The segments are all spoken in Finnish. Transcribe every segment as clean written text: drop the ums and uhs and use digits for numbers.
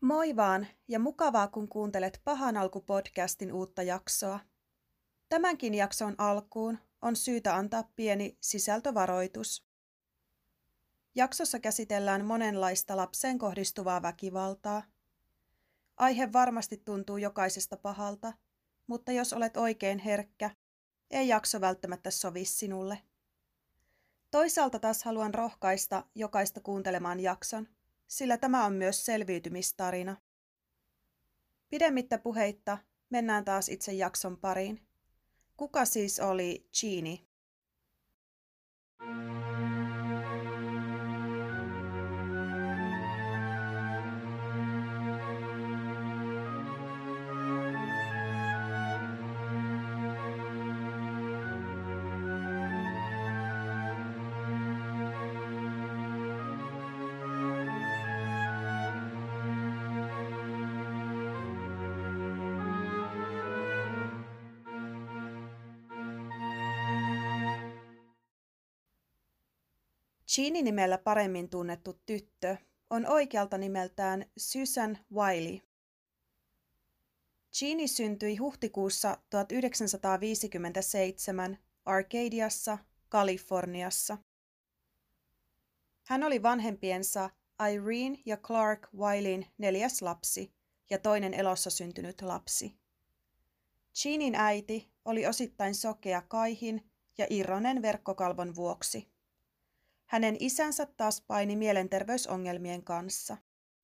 Moi vaan ja mukavaa kun kuuntelet Pahan alku-podcastin uutta jaksoa. Tämänkin jakson alkuun on syytä antaa pieni sisältövaroitus. Jaksossa käsitellään monenlaista lapseen kohdistuvaa väkivaltaa. Aihe varmasti tuntuu jokaisesta pahalta, mutta jos olet oikein herkkä, ei jakso välttämättä sovi sinulle. Toisaalta taas haluan rohkaista jokaista kuuntelemaan jakson, sillä tämä on myös selviytymistarina. Pidemmittä puheitta mennään taas itse jakson pariin. Kuka siis oli Jeannie? Jeannie-nimellä paremmin tunnettu tyttö on oikealta nimeltään Susan Wiley. Jeannie syntyi huhtikuussa 1957 Arcadiassa, Kaliforniassa. Hän oli vanhempiensa Irene ja Clark Wileyn 4. lapsi ja toinen elossa syntynyt lapsi. Jeannien äiti oli osittain sokea kaihin ja irronen verkkokalvon vuoksi. Hänen isänsä taas paini mielenterveysongelmien kanssa.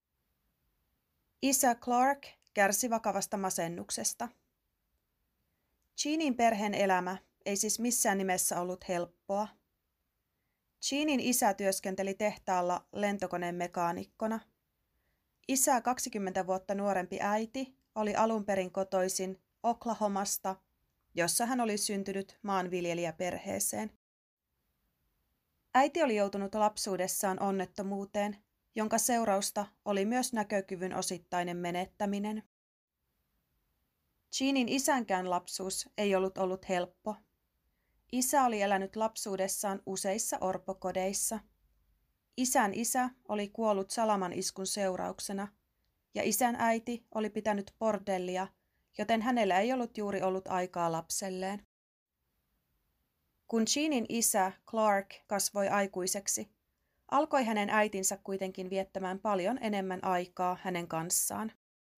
Isä Clark kärsi vakavasta masennuksesta. Jeannien perheen elämä ei siis missään nimessä ollut helppoa. Jeannien isä työskenteli tehtaalla lentokoneen mekaanikkona. Isää 20 vuotta nuorempi äiti oli alun perin kotoisin Oklahomasta, jossa hän oli syntynyt maanviljelijäperheeseen. Äiti oli joutunut lapsuudessaan onnettomuuteen, jonka seurausta oli myös näkökyvyn osittainen menettäminen. Jeannien isänkään lapsuus ei ollut helppo. Isä oli elänyt lapsuudessaan useissa orpokodeissa. Isän isä oli kuollut salamaniskun seurauksena, ja isän äiti oli pitänyt bordellia, joten hänellä ei juuri ollut aikaa lapselleen. Kun Jeannien isä Clark kasvoi aikuiseksi, alkoi hänen äitinsä kuitenkin viettämään paljon enemmän aikaa hänen kanssaan.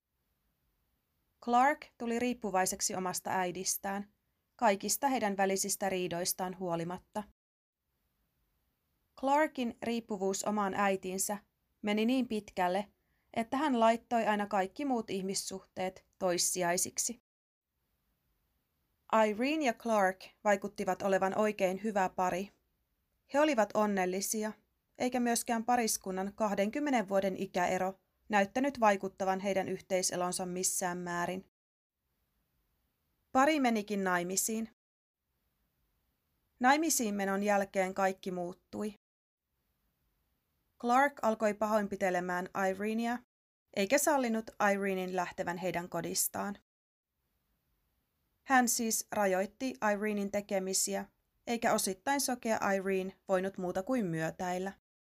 Clark tuli riippuvaiseksi omasta äidistään, kaikista heidän välisistä riidoistaan huolimatta. Clarkin riippuvuus omaan äitinsä meni niin pitkälle, että hän laittoi aina kaikki muut ihmissuhteet toissijaisiksi. Irene ja Clark vaikuttivat olevan oikein hyvä pari. He olivat onnellisia, eikä myöskään pariskunnan 20 vuoden ikäero näyttänyt vaikuttavan heidän yhteiselonsa missään määrin. Pari menikin naimisiin. Naimisiin menon jälkeen kaikki muuttui. Clark alkoi pahoinpitelemään Irenea, eikä sallinut Irenein lähtevän heidän kodistaan. Hän siis rajoitti Irenein tekemisiä, eikä osittain sokea Irene voinut muuta kuin myötäillä.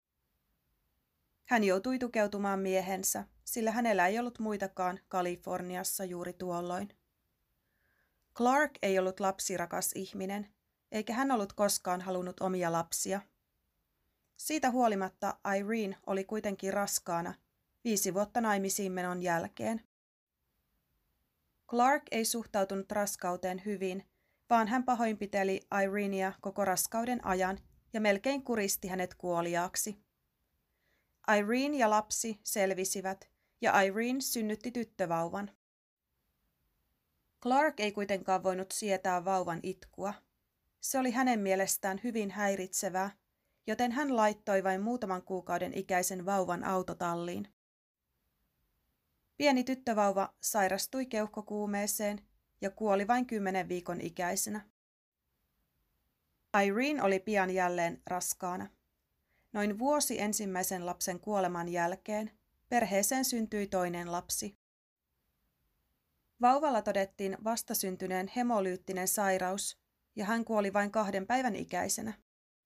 Hän joutui tukeutumaan miehensä, sillä hänellä ei ollut muitakaan Kaliforniassa juuri tuolloin. Clark ei ollut lapsirakas ihminen, eikä hän ollut koskaan halunnut omia lapsia. Siitä huolimatta Irene oli kuitenkin raskaana 5 vuotta naimisiin menon jälkeen. Clark ei suhtautunut raskauteen hyvin, vaan hän pahoinpiteli Irenea koko raskauden ajan ja melkein kuristi hänet kuoliaaksi. Irene ja lapsi selvisivät ja Irene synnytti tyttövauvan. Clark ei kuitenkaan voinut sietää vauvan itkua. Se oli hänen mielestään hyvin häiritsevää, joten hän laittoi vain muutaman kuukauden ikäisen vauvan autotalliin. Pieni tyttövauva sairastui keuhkokuumeeseen ja kuoli vain 10 viikon ikäisenä. Irene oli pian jälleen raskaana. Noin vuosi ensimmäisen lapsen kuoleman jälkeen perheeseen syntyi toinen lapsi. Vauvalla todettiin vastasyntyneen hemolyyttinen sairaus ja hän kuoli vain 2 päivän ikäisenä.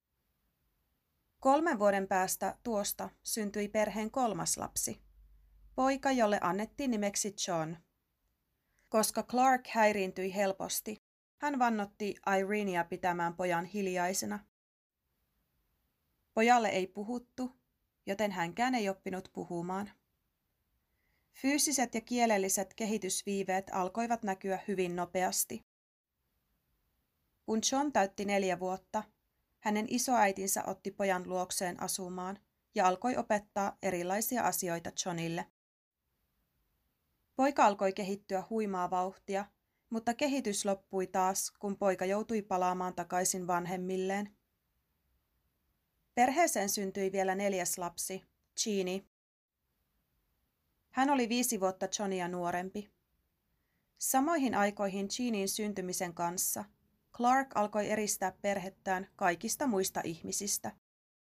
3 vuoden päästä tuosta syntyi perheen 3. lapsi. poika, jolle annettiin nimeksi John. Koska Clark häiriintyi helposti, hän vannotti Irenea pitämään pojan hiljaisena. Pojalle ei puhuttu, joten hänkään ei oppinut puhumaan. Fyysiset ja kielelliset kehitysviiveet alkoivat näkyä hyvin nopeasti. Kun John täytti 4 vuotta, hänen isoäitinsä otti pojan luokseen asumaan ja alkoi opettaa erilaisia asioita Johnille. Poika alkoi kehittyä huimaa vauhtia, mutta kehitys loppui taas, kun poika joutui palaamaan takaisin vanhemmilleen. Perheeseen syntyi vielä 4. lapsi, Jeannie. Hän oli 5 vuotta Johnia nuorempi. Samoihin aikoihin Jeanien syntymisen kanssa Clark alkoi eristää perhettään kaikista muista ihmisistä.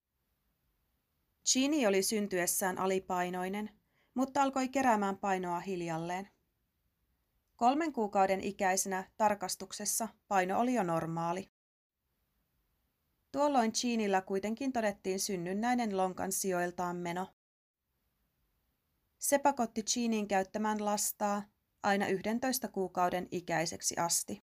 Jeannie oli syntyessään alipainoinen, mutta alkoi keräämään painoa hiljalleen. 3 kuukauden ikäisenä tarkastuksessa paino oli jo normaali. Tuolloin Jeanilla kuitenkin todettiin synnynnäinen lonkan sijoiltaan meno. Se pakotti Jeanin käyttämään lastaa aina 11 kuukauden ikäiseksi asti.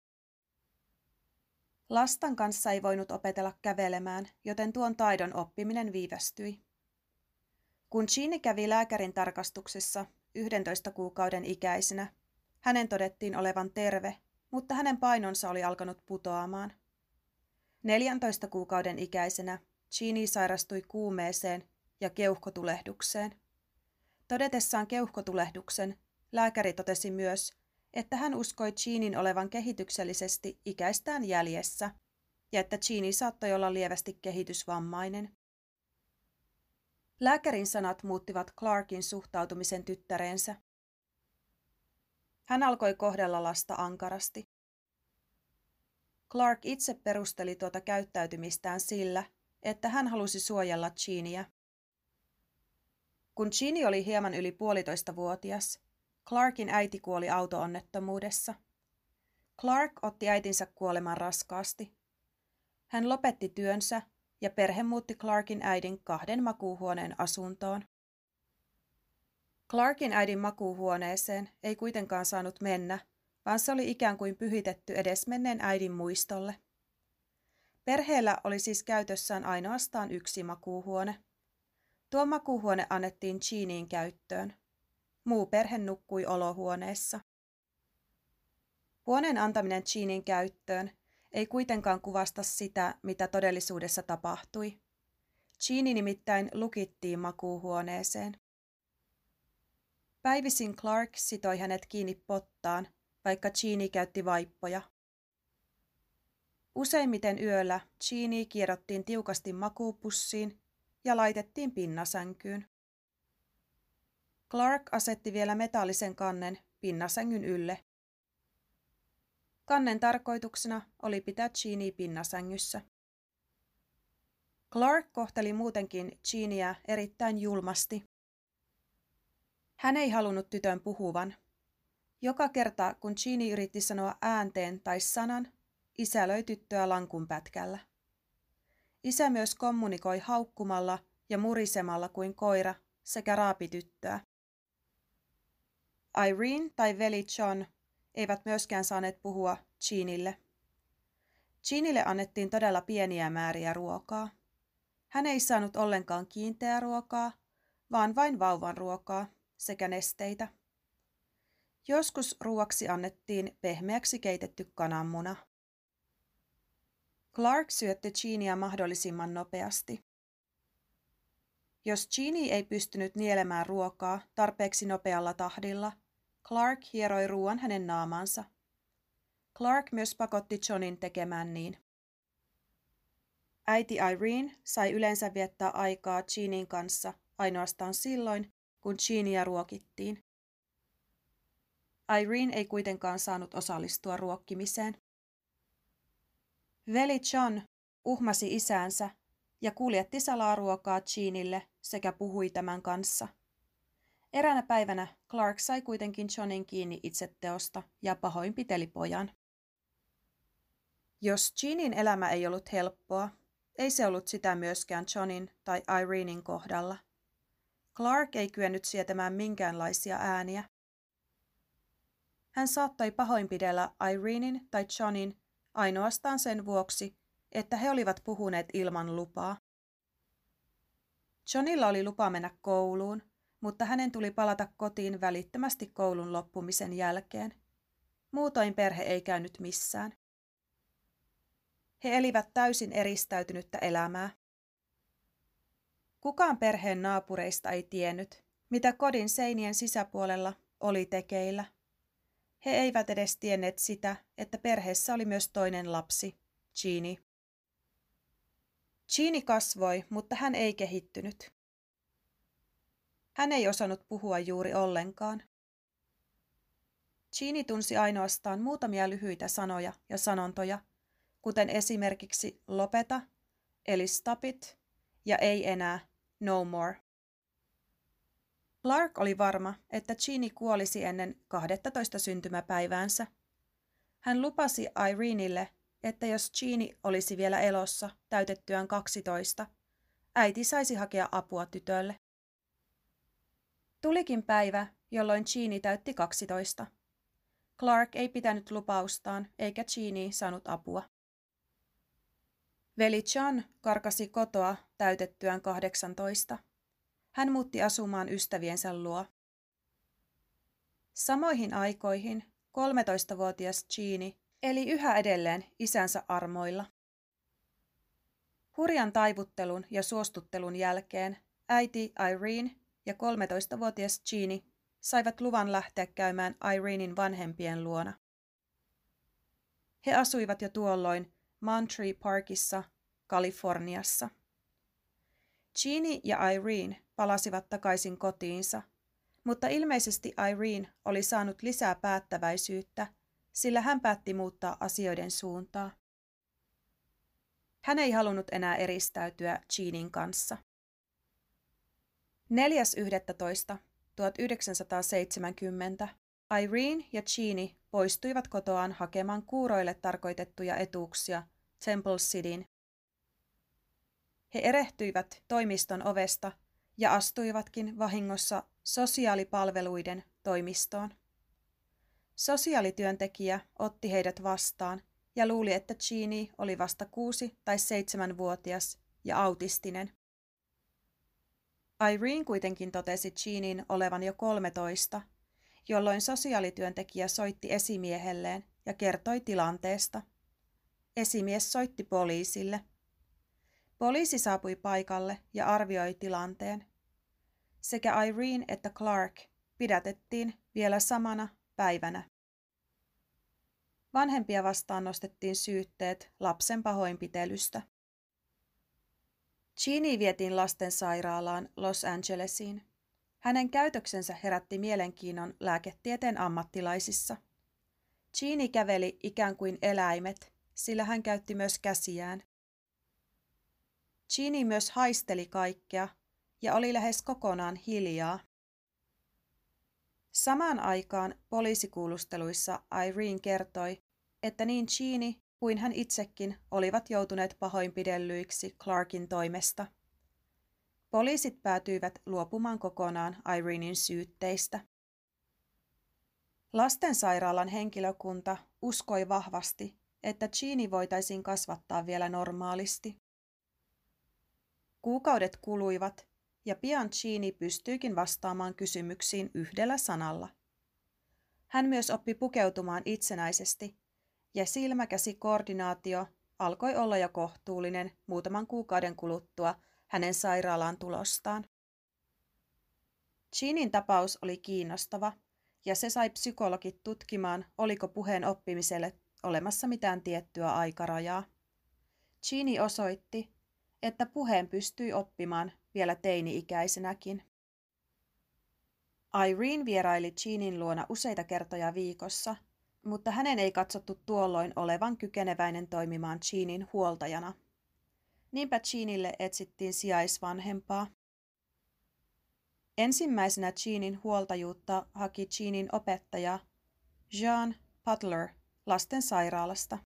Lastan kanssa ei voinut opetella kävelemään, joten tuon taidon oppiminen viivästyi. Kun Jeannie kävi lääkärin tarkastuksessa 11 kuukauden ikäisenä, hänen todettiin olevan terve, mutta hänen painonsa oli alkanut putoamaan. 14 kuukauden ikäisenä Jeannie sairastui kuumeeseen ja keuhkotulehdukseen. Todetessaan keuhkotulehduksen lääkäri totesi myös, että hän uskoi Jeanin olevan kehityksellisesti ikäistään jäljessä ja että Jeannie saattoi olla lievästi kehitysvammainen. Lääkärin sanat muuttivat Clarkin suhtautumisen tyttäreensä. Hän alkoi kohdella lasta ankarasti. Clark itse perusteli tuota käyttäytymistään sillä, että hän halusi suojella Jeanniä. Kun Jeannie oli hieman yli 1,5-vuotias, Clarkin äiti kuoli auto-onnettomuudessa. Clark otti äitinsä kuoleman raskaasti. Hän lopetti työnsä ja perhe muutti Clarkin äidin 2 makuuhuoneen asuntoon. Clarkin äidin makuuhuoneeseen ei kuitenkaan saanut mennä, vaan se oli ikään kuin pyhitetty edesmenneen äidin muistolle. Perheellä oli siis käytössään ainoastaan 1 makuuhuone. Tuo makuuhuone annettiin Jeanien käyttöön. Muu perhe nukkui olohuoneessa. Huoneen antaminen Jeanien käyttöön ei kuitenkaan kuvasta sitä, mitä todellisuudessa tapahtui. Jeannie nimittäin lukittiin makuuhuoneeseen. Päivisin Clark sitoi hänet kiinni pottaan, vaikka Jeannie käytti vaippoja. Useimmiten yöllä Jeannie kierrottiin tiukasti makuupussiin ja laitettiin pinnasänkyyn. Clark asetti vielä metallisen kannen pinnasängyn ylle. Kannen tarkoituksena oli pitää Jeannie pinnasängyssä. Clark kohteli muutenkin Jeanniä erittäin julmasti. Hän ei halunnut tytön puhuvan. Joka kerta, kun Jeannie yritti sanoa äänteen tai sanan, isä löi tyttöä lankunpätkällä. Isä myös kommunikoi haukkumalla ja murisemalla kuin koira sekä raapi tyttöä. Irene tai veli John eivät myöskään saaneet puhua Jeanille. Jeanille annettiin todella pieniä määriä ruokaa. Hän ei saanut ollenkaan kiinteää ruokaa, vaan vain vauvan ruokaa sekä nesteitä. Joskus ruoaksi annettiin pehmeäksi keitetty kananmuna. Clark syötti Jeanniä mahdollisimman nopeasti. Jos Jeannie ei pystynyt nielemään ruokaa tarpeeksi nopealla tahdilla, Clark hieroi ruoan hänen naamaansa. Clark myös pakotti Johnin tekemään niin. Äiti Irene sai yleensä viettää aikaa Jeanien kanssa ainoastaan silloin, kun Jeanniä ruokittiin. Irene ei kuitenkaan saanut osallistua ruokkimiseen. Veli John uhmasi isäänsä ja kuljetti salaa ruokaa Jeanille sekä puhui tämän kanssa. Eräänä päivänä Clark sai kuitenkin Johnin kiinni itseteosta ja pahoinpiteli pojan. Jos Jeanien elämä ei ollut helppoa, ei se ollut sitä myöskään Johnin tai Irenein kohdalla. Clark ei kyennyt sietämään minkäänlaisia ääniä. Hän saattoi pahoinpidellä Irenein tai Johnin ainoastaan sen vuoksi, että he olivat puhuneet ilman lupaa. Johnilla oli lupa mennä kouluun, mutta hänen tuli palata kotiin välittömästi koulun loppumisen jälkeen. Muutoin perhe ei käynyt missään. He elivät täysin eristäytynyttä elämää. Kukaan perheen naapureista ei tiennyt, mitä kodin seinien sisäpuolella oli tekeillä. He eivät edes tienneet sitä, että perheessä oli myös toinen lapsi, Jeannie. Jeannie kasvoi, mutta hän ei kehittynyt. Hän ei osannut puhua juuri ollenkaan. Jeannie tunsi ainoastaan muutamia lyhyitä sanoja ja sanontoja, kuten esimerkiksi lopeta, eli stop it, ja ei enää, no more. Clark oli varma, että Jeannie kuolisi ennen 12 syntymäpäiväänsä. Hän lupasi Irenelle, että jos Jeannie olisi vielä elossa täytettyään 12, äiti saisi hakea apua tytölle. Tulikin päivä, jolloin Jeannie täytti 12. Clark ei pitänyt lupaustaan, eikä Jeannie saanut apua. Veli John karkasi kotoa täytettyään 18. Hän muutti asumaan ystäviensä luo. Samoihin aikoihin 13-vuotias Jeannie eli yhä edelleen isänsä armoilla. Hurjan taivuttelun ja suostuttelun jälkeen äiti Irene ja 13-vuotias Jeannie saivat luvan lähteä käymään Irenein vanhempien luona. He asuivat jo tuolloin Monterey Parkissa, Kaliforniassa. Jeannie ja Irene palasivat takaisin kotiinsa, mutta ilmeisesti Irene oli saanut lisää päättäväisyyttä, sillä hän päätti muuttaa asioiden suuntaa. Hän ei halunnut enää eristäytyä Jeanin kanssa. 4.11.1970 Irene ja Jeannie poistuivat kotoaan hakemaan kuuroille tarkoitettuja etuuksia Temple Cityn. He erehtyivät toimiston ovesta ja astuivatkin vahingossa sosiaalipalveluiden toimistoon. Sosiaalityöntekijä otti heidät vastaan ja luuli, että Jeannie oli vasta 6- tai 7-vuotias ja autistinen. Irene kuitenkin totesi Jeanin olevan jo 13, jolloin sosiaalityöntekijä soitti esimiehelleen ja kertoi tilanteesta. Esimies soitti poliisille. Poliisi saapui paikalle ja arvioi tilanteen. Sekä Irene että Clark pidätettiin vielä samana päivänä. Vanhempia vastaan nostettiin syytteet lapsen pahoinpitelystä. Jeannie vietiin lastensairaalaan Los Angelesiin. Hänen käytöksensä herätti mielenkiinnon lääketieteen ammattilaisissa. Jeannie käveli ikään kuin eläimet, sillä hän käytti myös käsiään. Jeannie myös haisteli kaikkea ja oli lähes kokonaan hiljaa. Samaan aikaan poliisikuulusteluissa Irene kertoi, että niin Jeannie kuin hän itsekin olivat joutuneet pahoinpidellyiksi Clarkin toimesta. Poliisit päätyivät luopumaan kokonaan Irenein syytteistä. Lastensairaalan henkilökunta uskoi vahvasti, että Jeannie voitaisiin kasvattaa vielä normaalisti. Kuukaudet kuluivat ja pian Jeannie pystyikin vastaamaan kysymyksiin yhdellä sanalla. Hän myös oppi pukeutumaan itsenäisesti ja silmäkäsikoordinaatio alkoi olla jo kohtuullinen muutaman kuukauden kuluttua hänen sairaalaan tulostaan. Jeanin tapaus oli kiinnostava ja se sai psykologit tutkimaan, oliko puheen oppimiselle olemassa mitään tiettyä aikarajaa. Jeannie osoitti, että puheen pystyi oppimaan vielä teini-ikäisenäkin. Irene vieraili Jeanin luona useita kertoja viikossa, mutta hänen ei katsottu tuolloin olevan kykeneväinen toimimaan Jeanin huoltajana. Niinpä Jeanille etsittiin sijaisvanhempaa. Ensimmäisenä Jeanin huoltajuutta haki Jeanin opettaja Jean Butler lastensairaalasta.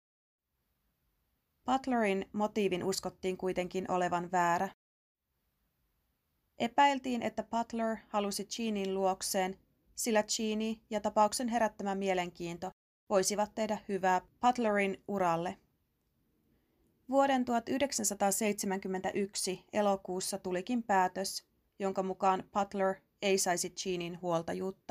Butlerin motiivin uskottiin kuitenkin olevan väärä. Epäiltiin, että Butler halusi Jeanin luokseen, sillä Jeanie ja tapauksen herättämä mielenkiinto voisivat tehdä hyvää Butlerin uralle. Vuoden 1971 elokuussa tulikin päätös, jonka mukaan Butler ei saisi Jeanin huoltajuutta.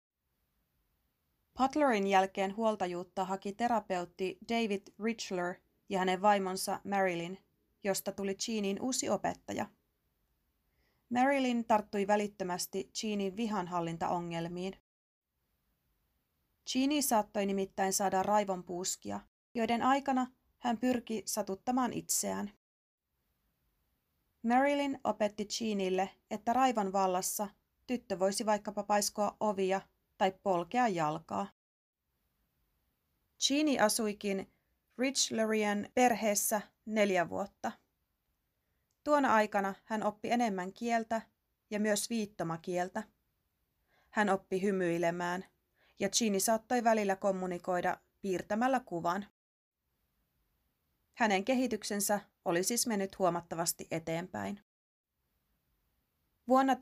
Butlerin jälkeen huoltajuutta haki terapeutti David Richler ja hänen vaimonsa Marilyn, josta tuli Jeanin uusi opettaja. Marilyn tarttui välittömästi Jeanin vihanhallintaongelmiin. Jeanie saattoi nimittäin saada raivonpuuskia, joiden aikana hän pyrki satuttamaan itseään. Marilyn opetti Jeanille, että raivon vallassa tyttö voisi vaikkapa paiskoa ovia tai polkea jalkaa. Jeanie asuikin Richlerien perheessä 4 vuotta. Tuona aikana hän oppi enemmän kieltä ja myös viittomakieltä. Hän oppi hymyilemään ja Jeanie saattoi välillä kommunikoida piirtämällä kuvan. Hänen kehityksensä oli siis mennyt huomattavasti eteenpäin. Vuonna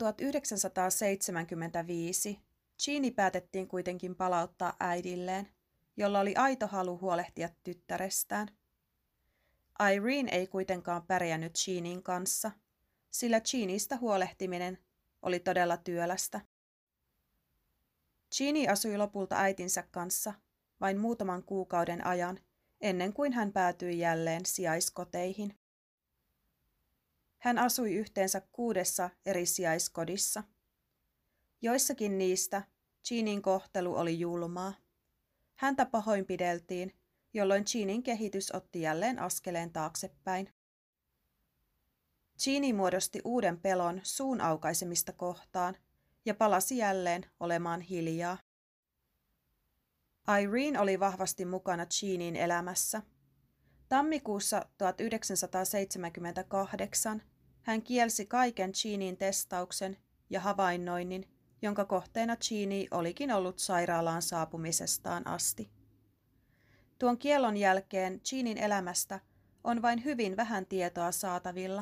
1975 Jeanie päätettiin kuitenkin palauttaa äidilleen, jolla oli aito halu huolehtia tyttärestään. Irene ei kuitenkaan pärjännyt Jeanin kanssa, sillä Jeanista huolehtiminen oli todella työlästä. Jeanie asui lopulta äitinsä kanssa vain muutaman kuukauden ajan, ennen kuin hän päätyi jälleen sijaiskoteihin. Hän asui yhteensä 6 eri sijaiskodissa. Joissakin niistä Jeanin kohtelu oli julmaa. Häntä pahoinpideltiin, jolloin Jeanin kehitys otti jälleen askeleen taaksepäin. Jeanie muodosti uuden pelon suun aukaisemista kohtaan ja palasi jälleen olemaan hiljaa. Irene oli vahvasti mukana Jeanin elämässä. Tammikuussa 1978 hän kielsi kaiken Jeanin testauksen ja havainnoinnin, jonka kohteena Jeanie olikin ollut sairaalaan saapumisestaan asti. Tuon kiellon jälkeen Jeanin elämästä on vain hyvin vähän tietoa saatavilla.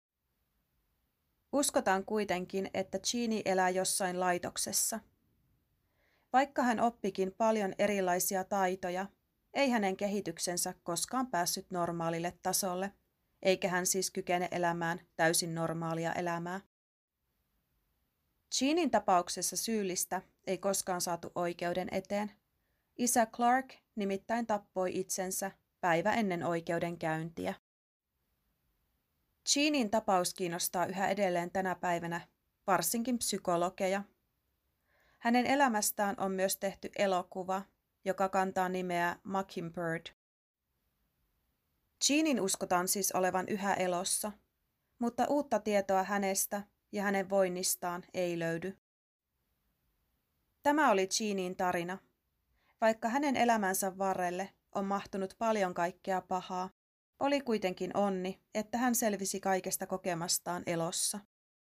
Uskotaan kuitenkin, että Jeanie elää jossain laitoksessa. Vaikka hän oppikin paljon erilaisia taitoja, ei hänen kehityksensä koskaan päässyt normaalille tasolle, eikä hän siis kykene elämään täysin normaalia elämää. Jeanin tapauksessa syyllistä ei koskaan saatu oikeuden eteen. Isä Clark nimittäin tappoi itsensä päivä ennen oikeudenkäyntiä. Jeanin tapaus kiinnostaa yhä edelleen tänä päivänä, varsinkin psykologeja. Hänen elämästään on myös tehty elokuva, joka kantaa nimeä Mockingbird. Jeanin uskotaan siis olevan yhä elossa, mutta uutta tietoa hänestä ja hänen voinnistaan ei löydy. Tämä oli Jeanin tarina. Vaikka hänen elämänsä varrelle on mahtunut paljon kaikkea pahaa, oli kuitenkin onni, että hän selvisi kaikesta kokemastaan elossa.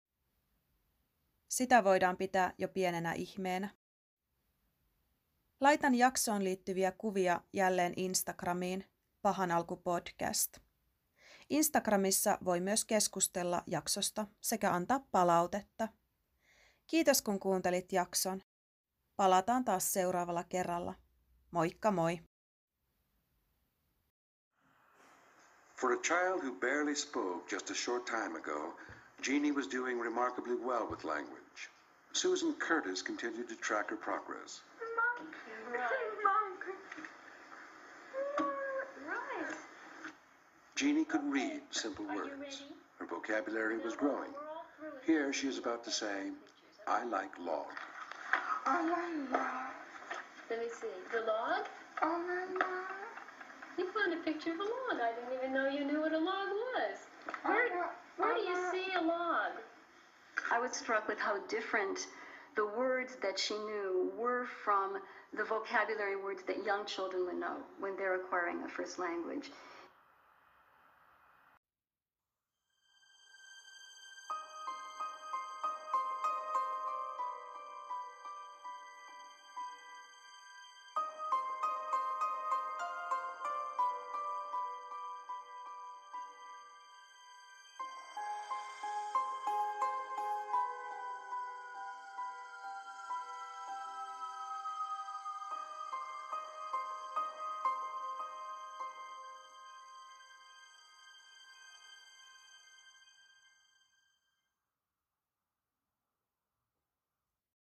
Sitä voidaan pitää jo pienenä ihmeenä. Laitan jaksoon liittyviä kuvia jälleen Instagramiin, Pahan alku podcast. Instagramissa voi myös keskustella jaksosta sekä antaa palautetta. Kiitos kun kuuntelit jakson. Palataan taas seuraavalla kerralla. Moikka moi! For a child who barely spoke just a short time ago, Jeannie was doing remarkably well with language. Susan Curtis continued to track her progress. Right. Jeannie could read simple words. Her vocabulary was growing. Here she is about to say, I like log. Let me see. The log? You found a picture of a log. I didn't even know you knew what a log was. Where do you see a log? I was struck with how different the words that she knew were from the vocabulary words that young children would know when they're acquiring a first language.